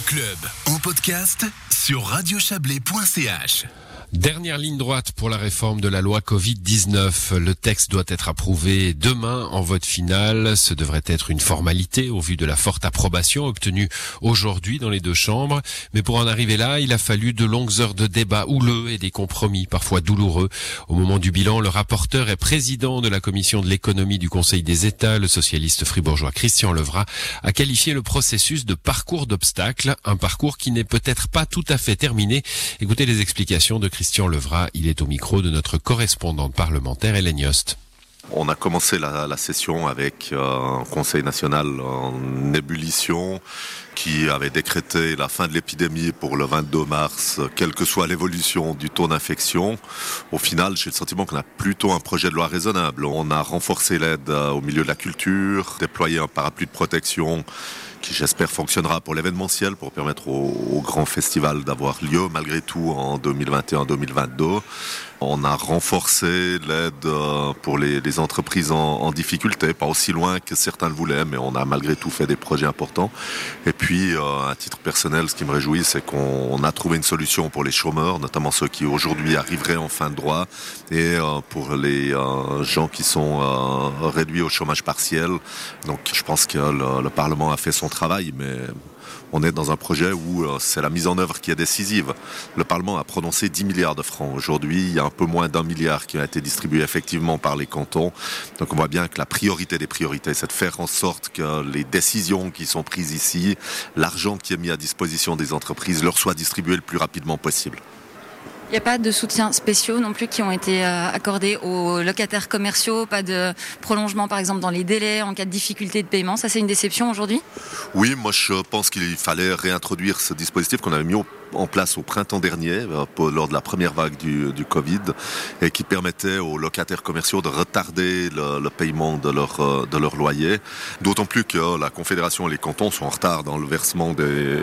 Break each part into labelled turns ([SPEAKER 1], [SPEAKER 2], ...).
[SPEAKER 1] club en podcast sur radiochablais.ch.
[SPEAKER 2] Dernière ligne droite pour la réforme de la loi Covid-19. Le texte doit être approuvé demain en vote final. Ce devrait être une formalité au vu de la forte approbation obtenue aujourd'hui dans les deux chambres. Mais pour en arriver là, il a fallu de longues heures de débat houleux et des compromis parfois douloureux. Au moment du bilan, le rapporteur et président de la commission de l'économie du Conseil des États, le socialiste fribourgeois Christian Levrat, a qualifié le processus de parcours d'obstacles. Un parcours qui n'est peut-être pas tout à fait terminé. Écoutez les explications de Christian Levrat, il est au micro de notre correspondante parlementaire Hélène Yost.
[SPEAKER 3] On a commencé la session avec un Conseil national en ébullition qui avait décrété la fin de l'épidémie pour le 22 mars, quelle que soit l'évolution du taux d'infection. Au final, j'ai le sentiment qu'on a plutôt un projet de loi raisonnable. On a renforcé l'aide au milieu de la culture, déployé un parapluie de protection qui j'espère fonctionnera pour l'événementiel, pour permettre au grand festival d'avoir lieu malgré tout en 2021-2022. On a renforcé l'aide pour les entreprises en difficulté, pas aussi loin que certains le voulaient, mais on a malgré tout fait des projets importants. Et puis, à titre personnel, ce qui me réjouit, c'est qu'on a trouvé une solution pour les chômeurs, notamment ceux qui aujourd'hui arriveraient en fin de droit, et pour les gens qui sont réduits au chômage partiel. Donc, je pense que le Parlement a fait son travail, mais on est dans un projet où c'est la mise en œuvre qui est décisive. Le Parlement a prononcé 10 milliards de francs. Aujourd'hui, il y a un peu moins d'1 milliard qui a été distribué effectivement par les cantons. Donc on voit bien que la priorité des priorités, c'est de faire en sorte que les décisions qui sont prises ici, l'argent qui est mis à disposition des entreprises, leur soit distribué le plus rapidement possible.
[SPEAKER 4] Il n'y a pas de soutiens spéciaux non plus qui ont été accordés aux locataires commerciaux, pas de prolongement par exemple dans les délais en cas de difficulté de paiement. Ça, c'est une déception aujourd'hui ?
[SPEAKER 3] Oui, moi je pense qu'il fallait réintroduire ce dispositif qu'on avait mis en place au printemps dernier, lors de la première vague du Covid, et qui permettait aux locataires commerciaux de retarder le paiement de leur loyer. D'autant plus que la Confédération et les cantons sont en retard dans le versement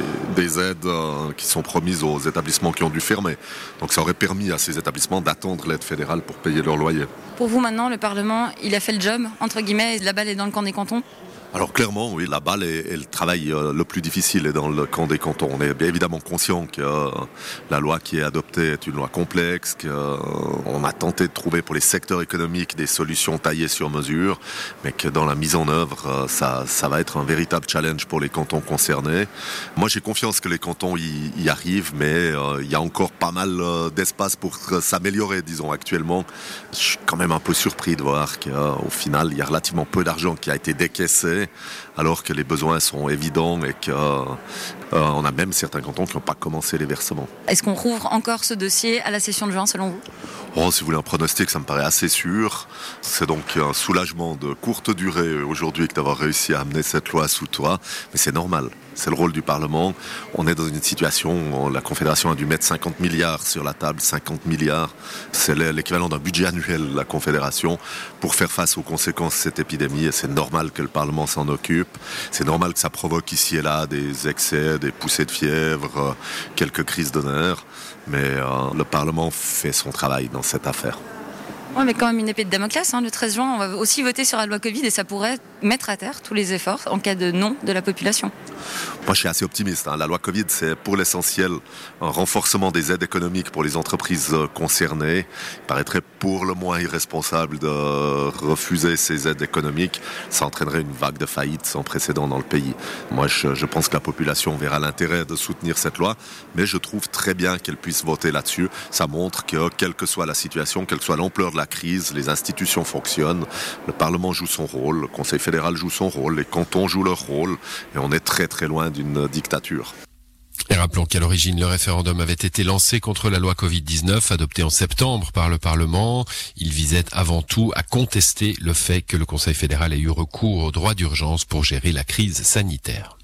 [SPEAKER 3] des aides qui sont promises aux établissements qui ont dû fermer. Donc ça aurait permis à ces établissements d'attendre l'aide fédérale pour payer leur loyer.
[SPEAKER 4] Pour vous maintenant, le Parlement, il a fait le job, entre guillemets, et la balle est dans le camp des cantons ?
[SPEAKER 3] Alors clairement, oui, la balle et le travail le plus difficile est dans le camp des cantons. On est bien évidemment conscient que la loi qui est adoptée est une loi complexe, qu'on a tenté de trouver pour les secteurs économiques des solutions taillées sur mesure, mais que dans la mise en œuvre, ça va être un véritable challenge pour les cantons concernés. Moi, j'ai confiance que les cantons y arrivent, mais il y a encore pas mal d'espace pour s'améliorer, disons, actuellement. Je suis quand même un peu surpris de voir qu'au final, il y a relativement peu d'argent qui a été décaissé, alors que les besoins sont évidents et qu'on a même certains cantons qui n'ont pas commencé les versements.
[SPEAKER 4] Est-ce qu'on rouvre encore ce dossier à la session de juin selon vous ?
[SPEAKER 3] Si vous voulez un pronostic, ça me paraît assez sûr. C'est donc un soulagement de courte durée aujourd'hui que d'avoir réussi à amener cette loi sous toit, mais c'est normal. C'est le rôle du Parlement. On est dans une situation où la Confédération a dû mettre 50 milliards sur la table. 50 milliards, c'est l'équivalent d'un budget annuel de la Confédération pour faire face aux conséquences de cette épidémie. Et c'est normal que le Parlement s'en occupe. C'est normal que ça provoque ici et là des excès, des poussées de fièvre, quelques crises de nerfs. Mais le Parlement fait son travail dans cette affaire.
[SPEAKER 4] Oui, mais quand même une épée de Damoclès. Le 13 juin, on va aussi voter sur la loi Covid et ça pourrait mettre à terre tous les efforts en cas de non de la population.
[SPEAKER 3] Moi, je suis assez optimiste. La loi Covid, c'est pour l'essentiel un renforcement des aides économiques pour les entreprises concernées. Il paraîtrait pour le moins irresponsable de refuser ces aides économiques. Ça entraînerait une vague de faillites sans précédent dans le pays. Moi, je pense que la population verra l'intérêt de soutenir cette loi, mais je trouve très bien qu'elle puisse voter là-dessus. Ça montre que, quelle que soit la situation, quelle que soit l'ampleur de la crise, les institutions fonctionnent, le Parlement joue son rôle, le Conseil fédéral joue son rôle, les cantons jouent leur rôle, et on est très très loin d'une dictature.
[SPEAKER 2] Et rappelons qu'à l'origine, le référendum avait été lancé contre la loi Covid-19, adoptée en septembre par le Parlement. Il visait avant tout à contester le fait que le Conseil fédéral ait eu recours au droit d'urgence pour gérer la crise sanitaire.